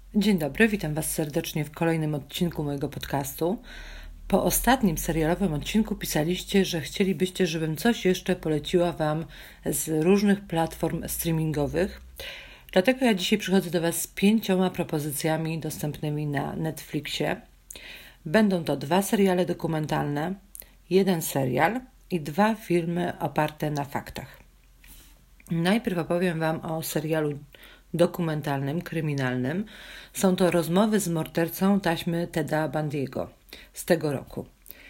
Dzień dobry, witam Was serdecznie w kolejnym odcinku mojego podcastu. Po ostatnim serialowym odcinku pisaliście, że chcielibyście, żebym coś jeszcze poleciła Wam z różnych platform streamingowych. Dlatego ja dzisiaj przychodzę do Was z 5 propozycjami dostępnymi na Netflixie. Będą to 2 seriale dokumentalne, 1 serial i 2 filmy oparte na faktach. Najpierw opowiem Wam o serialu dokumentalnym, kryminalnym. Są to rozmowy z mordercą taśmy Teda Bundy'ego z tego roku.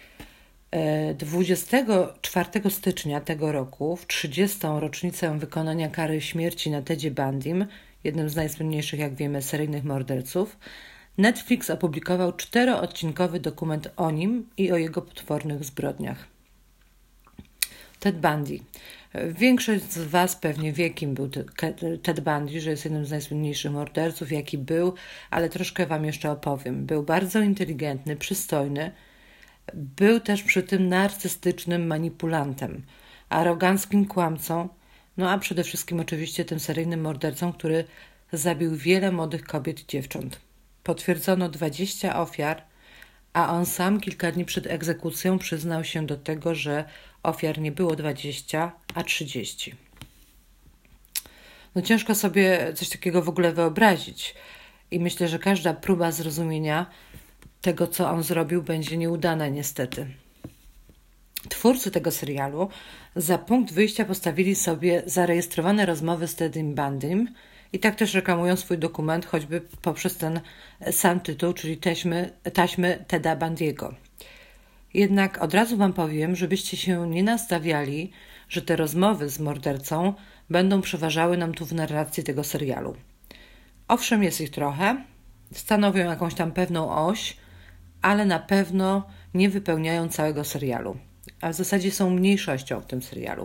24 stycznia tego roku, w 30. rocznicę wykonania kary śmierci na Tedzie Bundym, jednym z najsłynniejszych, jak wiemy, seryjnych morderców, Netflix opublikował 4-odcinkowy dokument o nim i o jego potwornych zbrodniach. Ted Bundy. Większość z Was pewnie wie, kim był Ted Bundy, że jest jednym z najsłynniejszych morderców, jaki był, ale troszkę Wam jeszcze opowiem. Był bardzo inteligentny, przystojny, był też przy tym narcystycznym manipulantem, aroganckim kłamcą, a przede wszystkim oczywiście tym seryjnym mordercą, który zabił wiele młodych kobiet i dziewcząt. Potwierdzono 20 ofiar, a on sam kilka dni przed egzekucją przyznał się do tego, że ofiar nie było 20, a 30. Ciężko sobie coś takiego w ogóle wyobrazić i myślę, że każda próba zrozumienia tego, co on zrobił, będzie nieudana niestety. Twórcy tego serialu za punkt wyjścia postawili sobie zarejestrowane rozmowy z Tedem Bundym i tak też reklamują swój dokument, choćby poprzez ten sam tytuł, czyli taśmy Teda Bundy'ego. Jednak od razu Wam powiem, żebyście się nie nastawiali, że te rozmowy z mordercą będą przeważały nam tu w narracji tego serialu. Owszem, jest ich trochę, stanowią jakąś tam pewną oś, ale na pewno nie wypełniają całego serialu, a w zasadzie są mniejszością w tym serialu.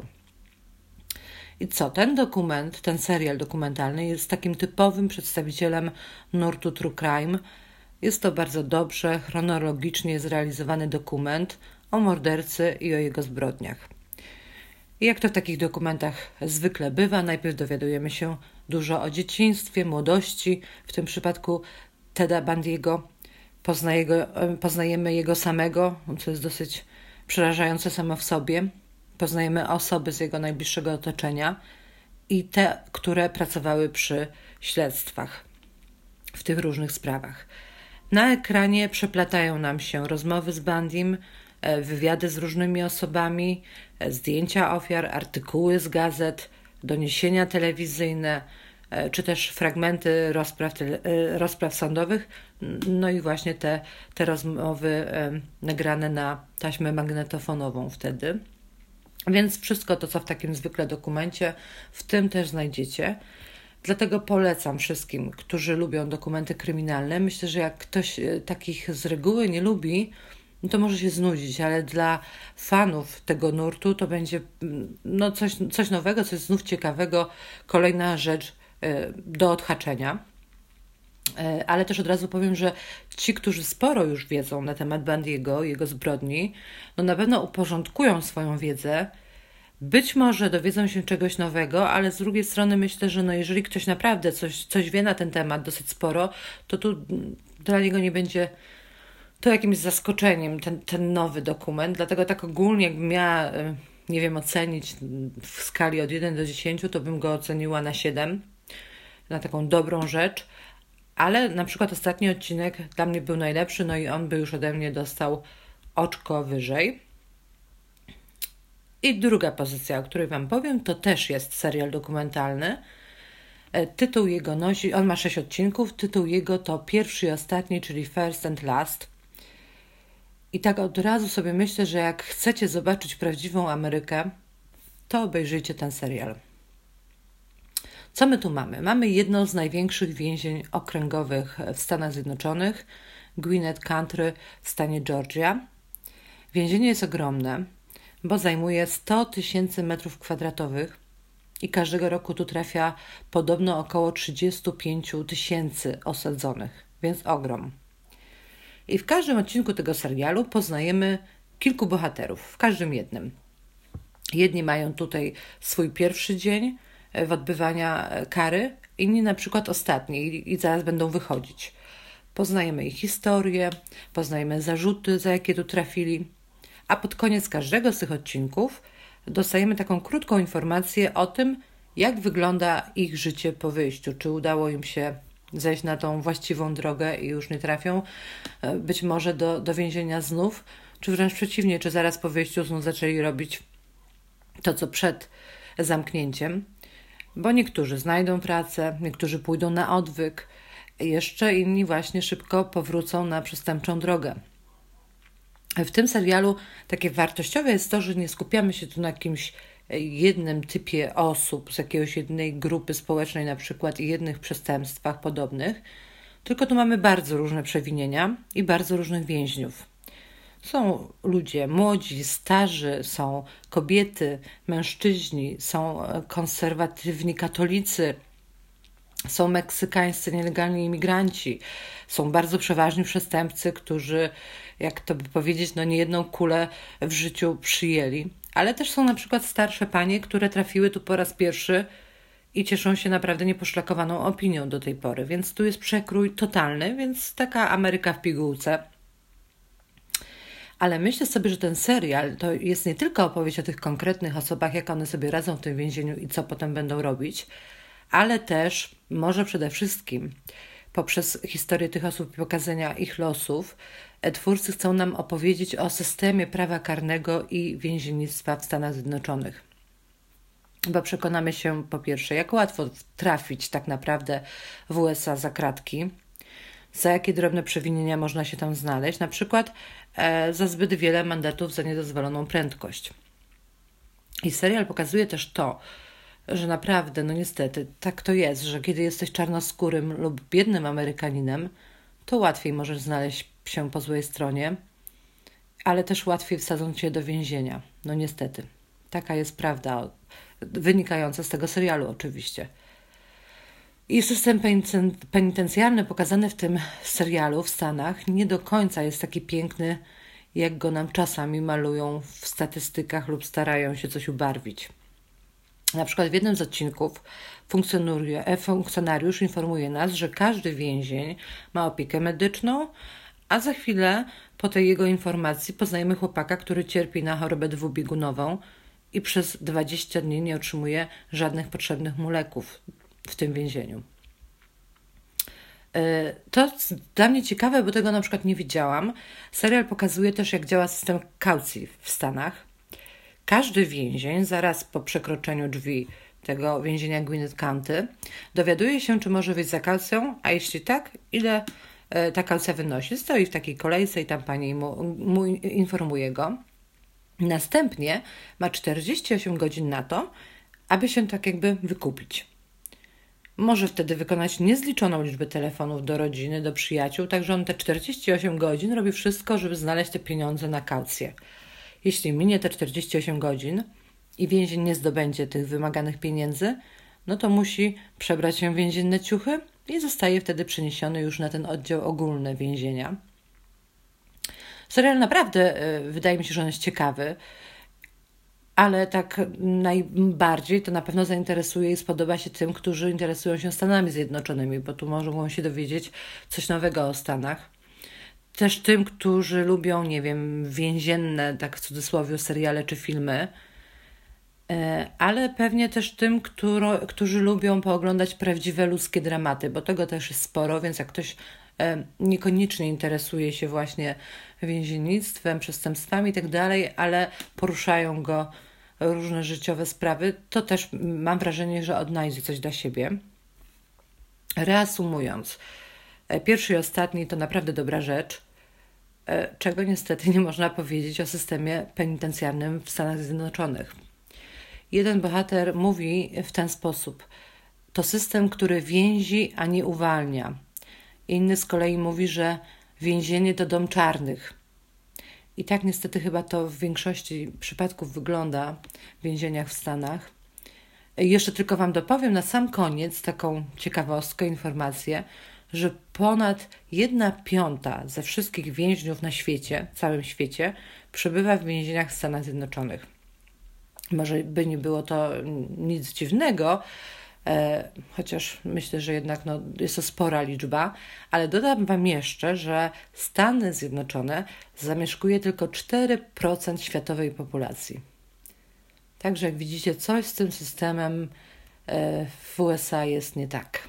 I co? Ten serial dokumentalny jest takim typowym przedstawicielem nurtu True Crime. Jest to bardzo dobrze, chronologicznie zrealizowany dokument o mordercy i o jego zbrodniach. I jak to w takich dokumentach zwykle bywa, najpierw dowiadujemy się dużo o dzieciństwie, młodości, w tym przypadku Teda Bundy'ego. Poznajemy jego samego, co jest dosyć przerażające samo w sobie. Poznajemy osoby z jego najbliższego otoczenia i te, które pracowały przy śledztwach w tych różnych sprawach. Na ekranie przeplatają nam się rozmowy z Bundym, wywiady z różnymi osobami, zdjęcia ofiar, artykuły z gazet, doniesienia telewizyjne, czy też fragmenty rozpraw sądowych, i właśnie te rozmowy nagrane na taśmę magnetofonową wtedy. Więc wszystko to, co w takim zwykle dokumencie, w tym też znajdziecie. Dlatego polecam wszystkim, którzy lubią dokumenty kryminalne. Myślę, że jak ktoś takich z reguły nie lubi, to może się znudzić, ale dla fanów tego nurtu to będzie coś nowego, coś znów ciekawego, kolejna rzecz do odhaczenia. Ale też od razu powiem, że ci, którzy sporo już wiedzą na temat Bundy'ego, jego zbrodni, na pewno uporządkują swoją wiedzę. Być może dowiedzą się czegoś nowego, ale z drugiej strony myślę, że jeżeli ktoś naprawdę coś wie na ten temat dosyć sporo, to tu dla niego nie będzie to jakimś zaskoczeniem ten nowy dokument. Dlatego tak ogólnie, jakbym miała, ocenić w skali od 1 do 10, to bym go oceniła na 7, na taką dobrą rzecz. Ale na przykład ostatni odcinek dla mnie był najlepszy, i on by już ode mnie dostał oczko wyżej. I druga pozycja, o której Wam powiem, to też jest serial dokumentalny. Tytuł jego nosi, on ma 6 odcinków, tytuł jego to Pierwszy i Ostatni, czyli First and Last. I tak od razu sobie myślę, że jak chcecie zobaczyć prawdziwą Amerykę, to obejrzyjcie ten serial. Co my tu mamy? Mamy jedno z największych więzień okręgowych w Stanach Zjednoczonych, Gwinnett County w stanie Georgia. Więzienie jest ogromne, bo zajmuje 100 000 metrów kwadratowych i każdego roku tu trafia podobno około 35 000 osadzonych, więc ogrom. I w każdym odcinku tego serialu poznajemy kilku bohaterów, w każdym jednym. Jedni mają tutaj swój pierwszy dzień w odbywania kary, inni na przykład ostatni i zaraz będą wychodzić. Poznajemy ich historię, poznajemy zarzuty, za jakie tu trafili, a pod koniec każdego z tych odcinków dostajemy taką krótką informację o tym, jak wygląda ich życie po wyjściu, czy udało im się zejść na tą właściwą drogę i już nie trafią być może do więzienia znów, czy wręcz przeciwnie, czy zaraz po wyjściu znów zaczęli robić to, co przed zamknięciem, bo niektórzy znajdą pracę, niektórzy pójdą na odwyk, jeszcze inni właśnie szybko powrócą na przestępczą drogę. W tym serialu takie wartościowe jest to, że nie skupiamy się tu na jakimś jednym typie osób z jakiejś jednej grupy społecznej na przykład i jednych przestępstwach podobnych, tylko tu mamy bardzo różne przewinienia i bardzo różnych więźniów. Są ludzie młodzi, starzy, są kobiety, mężczyźni, są konserwatywni katolicy, są meksykańscy nielegalni imigranci, są bardzo przeważni przestępcy, którzy, jak to by powiedzieć, niejedną kulę w życiu przyjęli. Ale też są na przykład starsze panie, które trafiły tu po raz pierwszy i cieszą się naprawdę nieposzlakowaną opinią do tej pory. Więc tu jest przekrój totalny, więc taka Ameryka w pigułce. Ale myślę sobie, że ten serial to jest nie tylko opowieść o tych konkretnych osobach, jak one sobie radzą w tym więzieniu i co potem będą robić, ale też, może przede wszystkim, poprzez historię tych osób i pokazania ich losów, twórcy chcą nam opowiedzieć o systemie prawa karnego i więziennictwa w Stanach Zjednoczonych. Bo przekonamy się po pierwsze, jak łatwo trafić tak naprawdę w USA za kratki, za jakie drobne przewinienia można się tam znaleźć, na przykład za zbyt wiele mandatów za niedozwoloną prędkość. I serial pokazuje też to, że naprawdę, niestety, tak to jest, że kiedy jesteś czarnoskórym lub biednym Amerykaninem, to łatwiej możesz znaleźć się po złej stronie, ale też łatwiej wsadzą cię do więzienia. Niestety. Taka jest prawda, wynikająca z tego serialu oczywiście. I system penitencjarny pokazany w tym serialu w Stanach nie do końca jest taki piękny, jak go nam czasami malują w statystykach lub starają się coś ubarwić. Na przykład w jednym z odcinków funkcjonariusz informuje nas, że każdy więzień ma opiekę medyczną, a za chwilę po tej jego informacji poznajemy chłopaka, który cierpi na chorobę dwubiegunową i przez 20 dni nie otrzymuje żadnych potrzebnych mu leków w tym więzieniu. To dla mnie ciekawe, bo tego na przykład nie widziałam. Serial pokazuje też, jak działa system kaucji w Stanach. Każdy więzień zaraz po przekroczeniu drzwi tego więzienia Gwinnett County dowiaduje się, czy może wyjść za kaucją, a jeśli tak, ile ta kaucja wynosi. Stoi w takiej kolejce i tam pani mu informuje go. Następnie ma 48 godzin na to, aby się tak jakby wykupić. Może wtedy wykonać niezliczoną liczbę telefonów do rodziny, do przyjaciół, także on te 48 godzin robi wszystko, żeby znaleźć te pieniądze na kaucję. Jeśli minie te 48 godzin i więzień nie zdobędzie tych wymaganych pieniędzy, to musi przebrać się w więzienne ciuchy i zostaje wtedy przeniesiony już na ten oddział ogólny więzienia. Serial naprawdę, wydaje mi się, że on jest ciekawy, ale tak najbardziej to na pewno zainteresuje i spodoba się tym, którzy interesują się Stanami Zjednoczonymi, bo tu mogą się dowiedzieć coś nowego o Stanach. Też tym, którzy lubią, więzienne, tak w cudzysłowie, seriale czy filmy, ale pewnie też tym, którzy lubią pooglądać prawdziwe ludzkie dramaty, bo tego też jest sporo, więc jak ktoś niekoniecznie interesuje się właśnie więziennictwem, przestępstwami i tak dalej, ale poruszają go różne życiowe sprawy, to też mam wrażenie, że odnajdzie coś dla siebie. Reasumując, pierwszy i ostatni to naprawdę dobra rzecz, czego niestety nie można powiedzieć o systemie penitencjarnym w Stanach Zjednoczonych. Jeden bohater mówi w ten sposób: to system, który więzi, a nie uwalnia. Inny z kolei mówi, że więzienie to dom czarnych. I tak niestety chyba to w większości przypadków wygląda w więzieniach w Stanach. I jeszcze tylko Wam dopowiem na sam koniec taką ciekawostkę, informację, że ponad 1/5 ze wszystkich więźniów na świecie, całym świecie, przebywa w więzieniach w Stanach Zjednoczonych. Może by nie było to nic dziwnego, chociaż myślę, że jednak jest to spora liczba, ale dodam Wam jeszcze, że Stany Zjednoczone zamieszkuje tylko 4% światowej populacji. Także jak widzicie, coś z tym systemem w USA jest nie tak.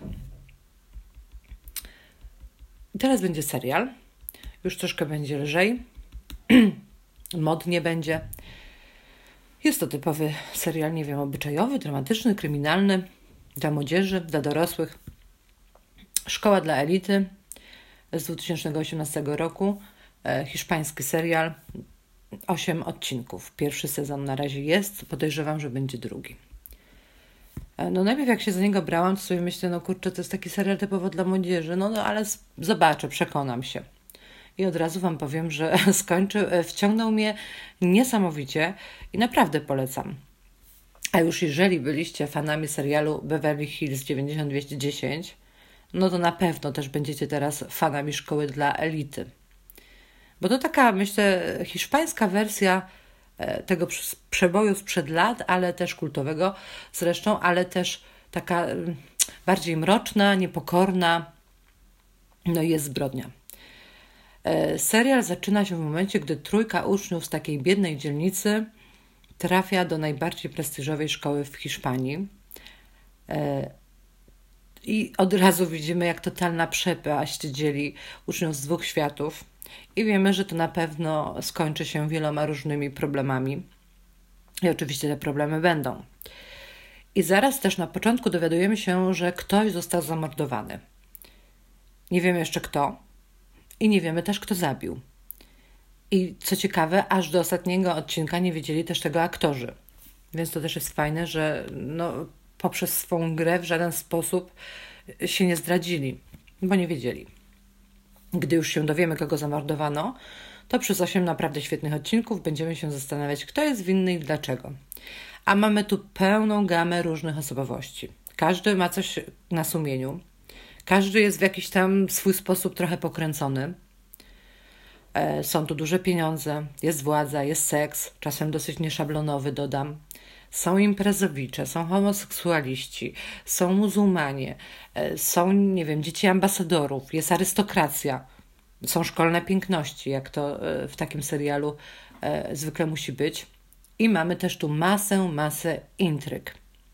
Teraz będzie serial. Już troszkę będzie lżej. Modnie będzie. Jest to typowy serial, nie wiem, obyczajowy, dramatyczny, kryminalny, dla młodzieży, dla dorosłych. Szkoła dla elity z 2018 roku. Hiszpański serial. 8 odcinków. Pierwszy sezon na razie jest. Podejrzewam, że będzie drugi. Najpierw jak się za niego brałam, to sobie myślę, kurczę, to jest taki serial typowo dla młodzieży. Ale zobaczę, przekonam się. I od razu Wam powiem, że wciągnął mnie niesamowicie i naprawdę polecam. A już jeżeli byliście fanami serialu Beverly Hills 90210, to na pewno też będziecie teraz fanami Szkoły dla elity. Bo to taka, myślę, hiszpańska wersja tego przeboju sprzed lat, ale też kultowego zresztą, ale też taka bardziej mroczna, niepokorna, i jest zbrodnia. Serial zaczyna się w momencie, gdy trójka uczniów z takiej biednej dzielnicy trafia do najbardziej prestiżowej szkoły w Hiszpanii. I od razu widzimy, jak totalna przepaść dzieli uczniów z dwóch światów. I wiemy, że to na pewno skończy się wieloma różnymi problemami. I oczywiście te problemy będą. I zaraz też na początku dowiadujemy się, że ktoś został zamordowany. Nie wiemy jeszcze kto. I nie wiemy też, kto zabił. I co ciekawe, aż do ostatniego odcinka nie wiedzieli też tego aktorzy. Więc to też jest fajne, że poprzez swą grę w żaden sposób się nie zdradzili, bo nie wiedzieli. Gdy już się dowiemy, kogo zamordowano, to przez 8 naprawdę świetnych odcinków będziemy się zastanawiać, kto jest winny i dlaczego. A mamy tu pełną gamę różnych osobowości. Każdy ma coś na sumieniu. Każdy jest w jakiś tam swój sposób trochę pokręcony. Są tu duże pieniądze, jest władza, jest seks, czasem dosyć nieszablonowy, dodam. Są imprezowicze, są homoseksualiści, są muzułmanie, są, dzieci ambasadorów, jest arystokracja, są szkolne piękności, jak to w takim serialu zwykle musi być. I mamy też tu masę intryg.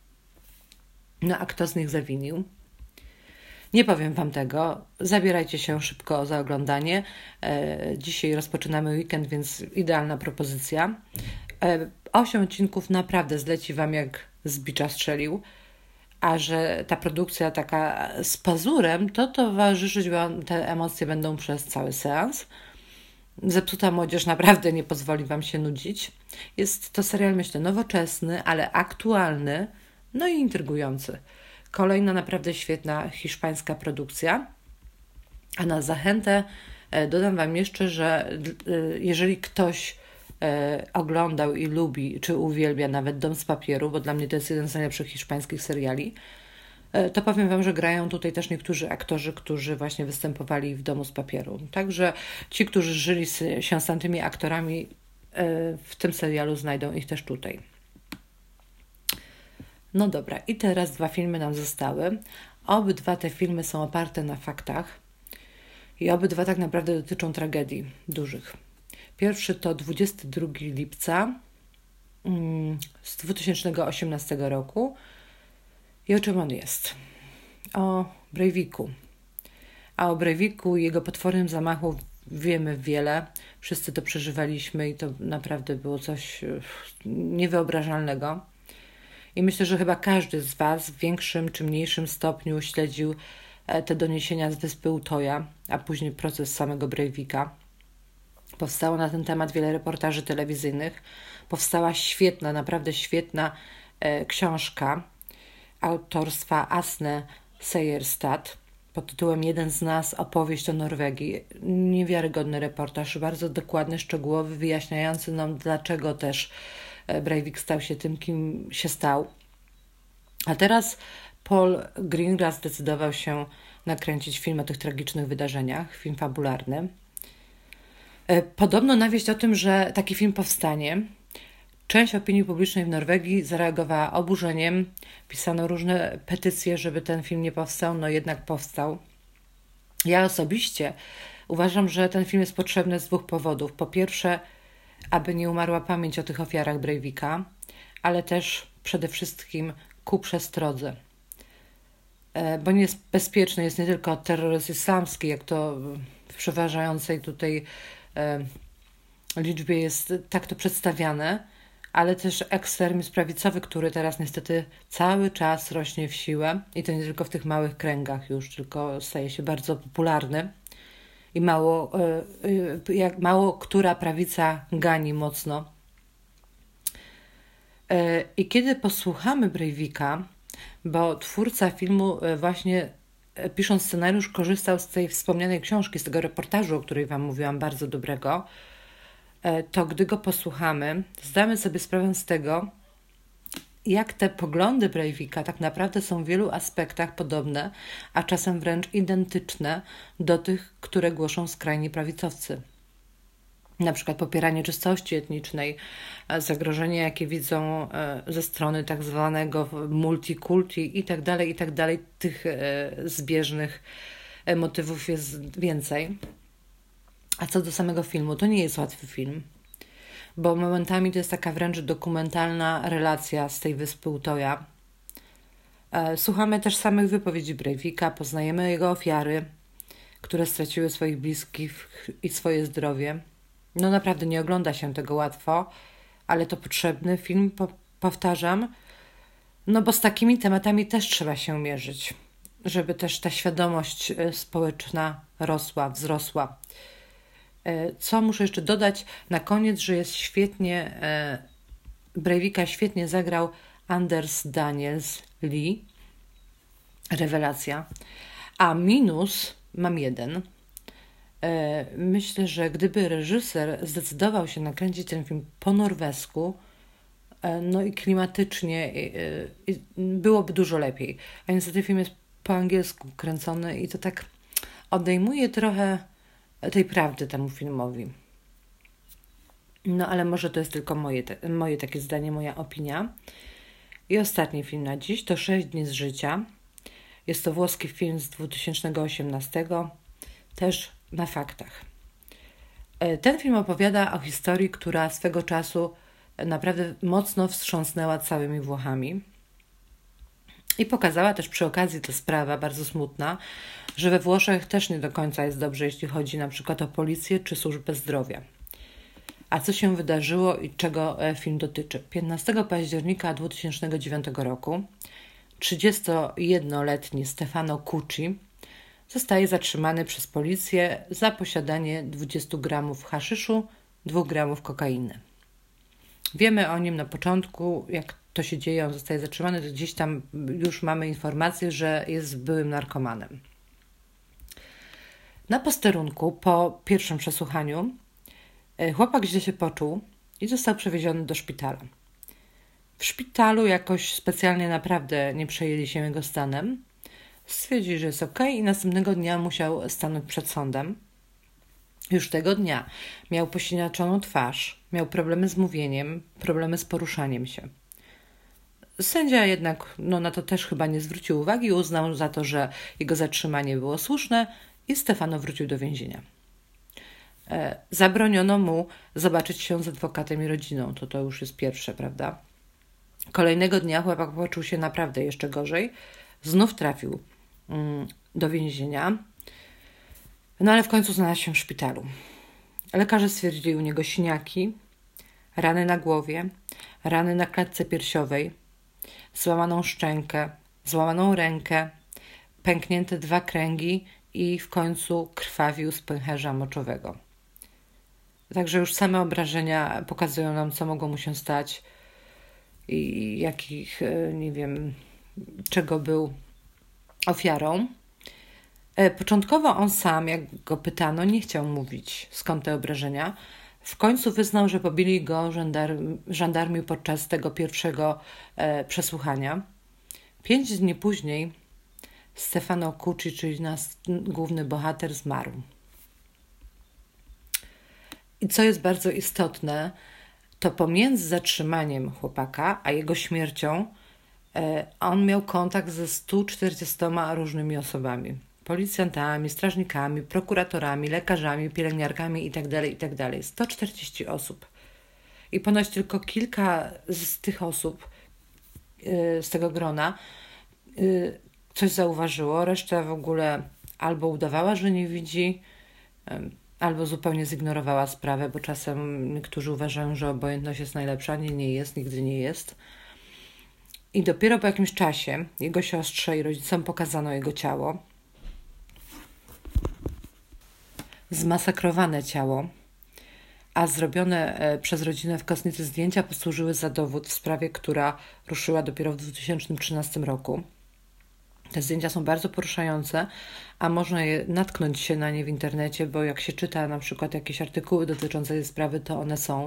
A kto z nich zawinił? Nie powiem Wam tego. Zabierajcie się szybko za oglądanie. Dzisiaj rozpoczynamy weekend, więc idealna propozycja. 8 odcinków naprawdę zleci Wam jak z bicza strzelił. A że ta produkcja taka z pazurem, to towarzyszyć Wam te emocje będą przez cały seans. Zepsuta młodzież naprawdę nie pozwoli Wam się nudzić. Jest to serial, myślę, nowoczesny, ale aktualny, i intrygujący. Kolejna naprawdę świetna hiszpańska produkcja. A na zachętę dodam Wam jeszcze, że jeżeli ktoś oglądał i lubi, czy uwielbia nawet Dom z papieru, bo dla mnie to jest jeden z najlepszych hiszpańskich seriali, to powiem Wam, że grają tutaj też niektórzy aktorzy, którzy właśnie występowali w Domu z papieru. Także ci, którzy żyli się z tamtymi aktorami, w tym serialu znajdą ich też tutaj. Dobra, i teraz 2 filmy nam zostały. Obydwa te filmy są oparte na faktach i obydwa tak naprawdę dotyczą tragedii dużych. Pierwszy to 22 lipca z 2018 roku. I o czym on jest? O Breiviku. A o Breiviku i jego potwornym zamachu wiemy wiele. Wszyscy to przeżywaliśmy i to naprawdę było coś niewyobrażalnego. I myślę, że chyba każdy z Was w większym czy mniejszym stopniu śledził te doniesienia z wyspy Utoja, a później proces samego Breivika. Powstało na ten temat wiele reportaży telewizyjnych. Powstała świetna, naprawdę świetna książka autorstwa Asne Seierstad pod tytułem Jeden z nas, opowieść o Norwegii. Niewiarygodny reportaż, bardzo dokładny, szczegółowy, wyjaśniający nam, dlaczego też Breivik stał się tym, kim się stał. A teraz Paul Greengrass zdecydował się nakręcić film o tych tragicznych wydarzeniach, film fabularny. Podobno na wieść o tym, że taki film powstanie, Część opinii publicznej w Norwegii zareagowała oburzeniem. Pisano różne petycje, żeby ten film nie powstał, no jednak powstał. Ja osobiście uważam, że ten film jest potrzebny z 2 powodów. Po pierwsze, aby nie umarła pamięć o tych ofiarach Breivika, ale też przede wszystkim ku przestrodze. Bo niebezpieczny jest nie tylko terroryzm islamski, jak to w przeważającej tutaj liczbie jest tak to przedstawiane, ale też ekstremizm prawicowy, który teraz niestety cały czas rośnie w siłę i to nie tylko w tych małych kręgach już, tylko staje się bardzo popularny i mało która prawica gani mocno. I kiedy posłuchamy Breivika, bo twórca filmu właśnie pisząc scenariusz korzystał z tej wspomnianej książki, z tego reportażu, o której Wam mówiłam, bardzo dobrego, to gdy go posłuchamy, zdamy sobie sprawę z tego, jak te poglądy Breivika tak naprawdę są w wielu aspektach podobne, a czasem wręcz identyczne do tych, które głoszą skrajni prawicowcy. Na przykład popieranie czystości etnicznej, zagrożenie, jakie widzą ze strony tak zwanego multikulti i tak dalej, tych zbieżnych motywów jest więcej. A co do samego filmu, to nie jest łatwy film, bo momentami to jest taka wręcz dokumentalna relacja z tej wyspy Utoja. Słuchamy też samych wypowiedzi Breivika, poznajemy jego ofiary, które straciły swoich bliskich i swoje zdrowie. No naprawdę nie ogląda się tego łatwo, ale to potrzebny film, powtarzam, no bo z takimi tematami też trzeba się mierzyć, żeby też ta świadomość społeczna wzrosła. Co muszę jeszcze dodać na koniec, że jest świetnie, Breivika świetnie zagrał Anders Daniels Lee, rewelacja, a minus mam jeden. Myślę, że gdyby reżyser zdecydował się nakręcić ten film po norwesku, no i klimatycznie, byłoby dużo lepiej. A niestety film jest po angielsku kręcony i to tak odejmuje trochę tej prawdy temu filmowi. No ale może to jest tylko moje takie zdanie, moja opinia. I ostatni film na dziś to 6 dni z życia. Jest to włoski film z 2018, też na faktach. Ten film opowiada o historii, która swego czasu naprawdę mocno wstrząsnęła całymi Włochami i pokazała też przy okazji, to sprawa bardzo smutna, że we Włoszech też nie do końca jest dobrze, jeśli chodzi na przykład o policję czy służbę zdrowia. A co się wydarzyło i czego film dotyczy? 15 października 2009 roku 31-letni Stefano Cucci zostaje zatrzymany przez policję za posiadanie 20 gramów haszyszu, 2 gramów kokainy. Wiemy o nim na początku, jak to się dzieje, on zostaje zatrzymany, to gdzieś tam już mamy informację, że jest byłym narkomanem. Na posterunku po pierwszym przesłuchaniu chłopak źle się poczuł i został przewieziony do szpitala. W szpitalu jakoś specjalnie naprawdę nie przejęli się jego stanem. Stwierdzili, że jest okej i następnego dnia musiał stanąć przed sądem. Już tego dnia miał posiniaczoną twarz, miał problemy z mówieniem, problemy z poruszaniem się. Sędzia jednak na to też chyba nie zwrócił uwagi i uznał za to, że jego zatrzymanie było słuszne i Stefano wrócił do więzienia. Zabroniono mu zobaczyć się z adwokatem i rodziną, to już jest pierwsze, prawda? Kolejnego dnia chłopak poczuł się naprawdę jeszcze gorzej. Znów trafił do więzienia, no ale w końcu znalazł się w szpitalu. Lekarze stwierdzili u niego siniaki, rany na głowie, rany na klatce piersiowej, złamaną szczękę, złamaną rękę, pęknięte 2 kręgi i w końcu krwawił z pęcherza moczowego. Także już same obrażenia pokazują nam, co mogło mu się stać i jakich, nie wiem, czego był ofiarą. Początkowo on sam, jak go pytano, nie chciał mówić, skąd te obrażenia. W końcu wyznał, że pobili go żandarmi podczas tego pierwszego przesłuchania. 5 dni później Stefano Cucci, czyli nasz główny bohater, zmarł. I co jest bardzo istotne, to pomiędzy zatrzymaniem chłopaka a jego śmiercią on miał kontakt ze 140 różnymi osobami. Policjantami, strażnikami, prokuratorami, lekarzami, pielęgniarkami itd., itd. 140 osób. I ponoć tylko kilka z tych osób, z tego grona, coś zauważyło, reszta w ogóle albo udawała, że nie widzi, albo zupełnie zignorowała sprawę, bo czasem niektórzy uważają, że obojętność jest najlepsza. Nie jest, nigdy nie jest. I dopiero po jakimś czasie jego siostrze i rodzicom pokazano jego ciało. Zmasakrowane ciało, a zrobione przez rodzinę w kosnicy zdjęcia posłużyły za dowód w sprawie, która ruszyła dopiero w 2013 roku. Te zdjęcia są bardzo poruszające, a można natknąć się na nie w internecie, bo jak się czyta na przykład jakieś artykuły dotyczące tej sprawy, to one są.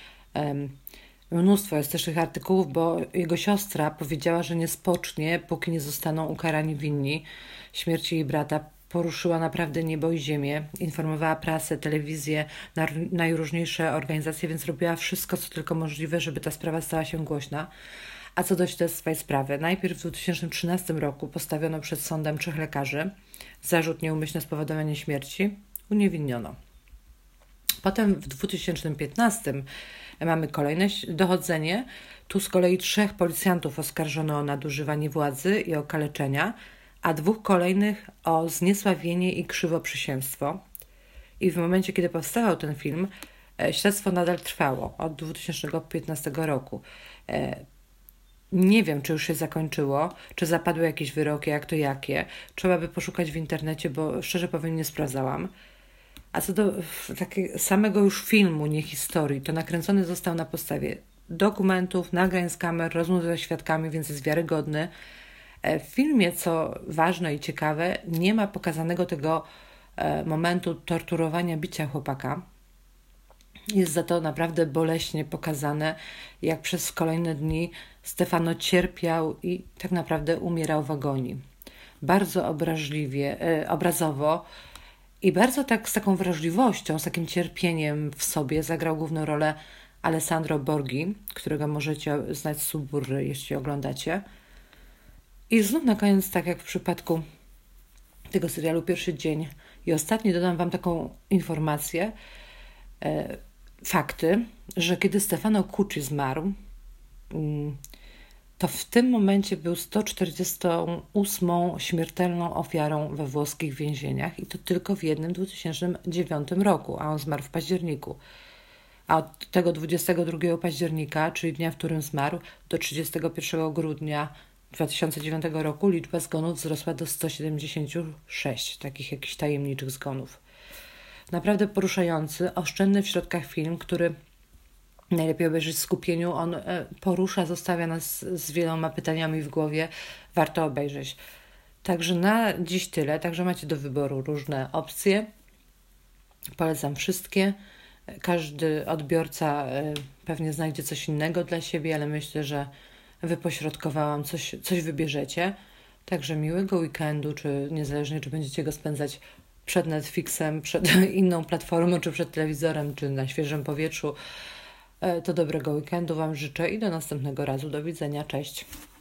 Mnóstwo jest też tych artykułów, bo jego siostra powiedziała, że nie spocznie, póki nie zostaną ukarani winni śmierci jej brata. Poruszyła naprawdę niebo i ziemię, informowała prasę, telewizję, najróżniejsze organizacje, więc robiła wszystko, co tylko możliwe, żeby ta sprawa stała się głośna. A co do śledztwa i sprawy, najpierw w 2013 roku postawiono przed sądem 3 lekarzy. Zarzut nieumyślne spowodowanie śmierci uniewinniono. Potem w 2015 mamy kolejne dochodzenie. Tu z kolei 3 policjantów oskarżono o nadużywanie władzy i okaleczenia, a 2 kolejnych o zniesławienie i krzywoprzysięstwo. I w momencie, kiedy powstawał ten film, śledztwo nadal trwało od 2015 roku. Nie wiem, czy już się zakończyło, czy zapadły jakieś wyroki, jak to jakie. Trzeba by poszukać w internecie, bo szczerze powiem, nie sprawdzałam. A co do takiego samego już filmu, nie historii, to nakręcony został na podstawie dokumentów, nagrań z kamer, rozmów ze świadkami, więc jest wiarygodny. W filmie, co ważne i ciekawe, nie ma pokazanego tego momentu torturowania, bicia chłopaka. Jest za to naprawdę boleśnie pokazane, jak przez kolejne dni Stefano cierpiał i tak naprawdę umierał w agonii. Bardzo obrazowo i bardzo tak z taką wrażliwością, z takim cierpieniem w sobie zagrał główną rolę Alessandro Borghi, którego możecie znać z Suburry, jeśli oglądacie. I znów na koniec, tak jak w przypadku tego serialu Pierwszy dzień i ostatni, dodam Wam taką informację, fakty, że kiedy Stefano Cucci zmarł, to w tym momencie był 148. śmiertelną ofiarą we włoskich więzieniach i to tylko w jednym 2009 roku, a on zmarł w październiku. A od tego 22 października, czyli dnia, w którym zmarł, do 31 grudnia 2009 roku liczba zgonów wzrosła do 176, takich jakichś tajemniczych zgonów. Naprawdę poruszający, oszczędny w środkach film, który najlepiej obejrzeć w skupieniu. On porusza, zostawia nas z wieloma pytaniami w głowie. Warto obejrzeć. Także na dziś tyle. Także macie do wyboru różne opcje. Polecam wszystkie. Każdy odbiorca pewnie znajdzie coś innego dla siebie, ale myślę, że wypośrodkowałam, coś wybierzecie. Także miłego weekendu, czy niezależnie, czy będziecie go spędzać przed Netflixem, przed inną platformą, czy przed telewizorem, czy na świeżym powietrzu. To dobrego weekendu Wam życzę i do następnego razu. Do widzenia. Cześć.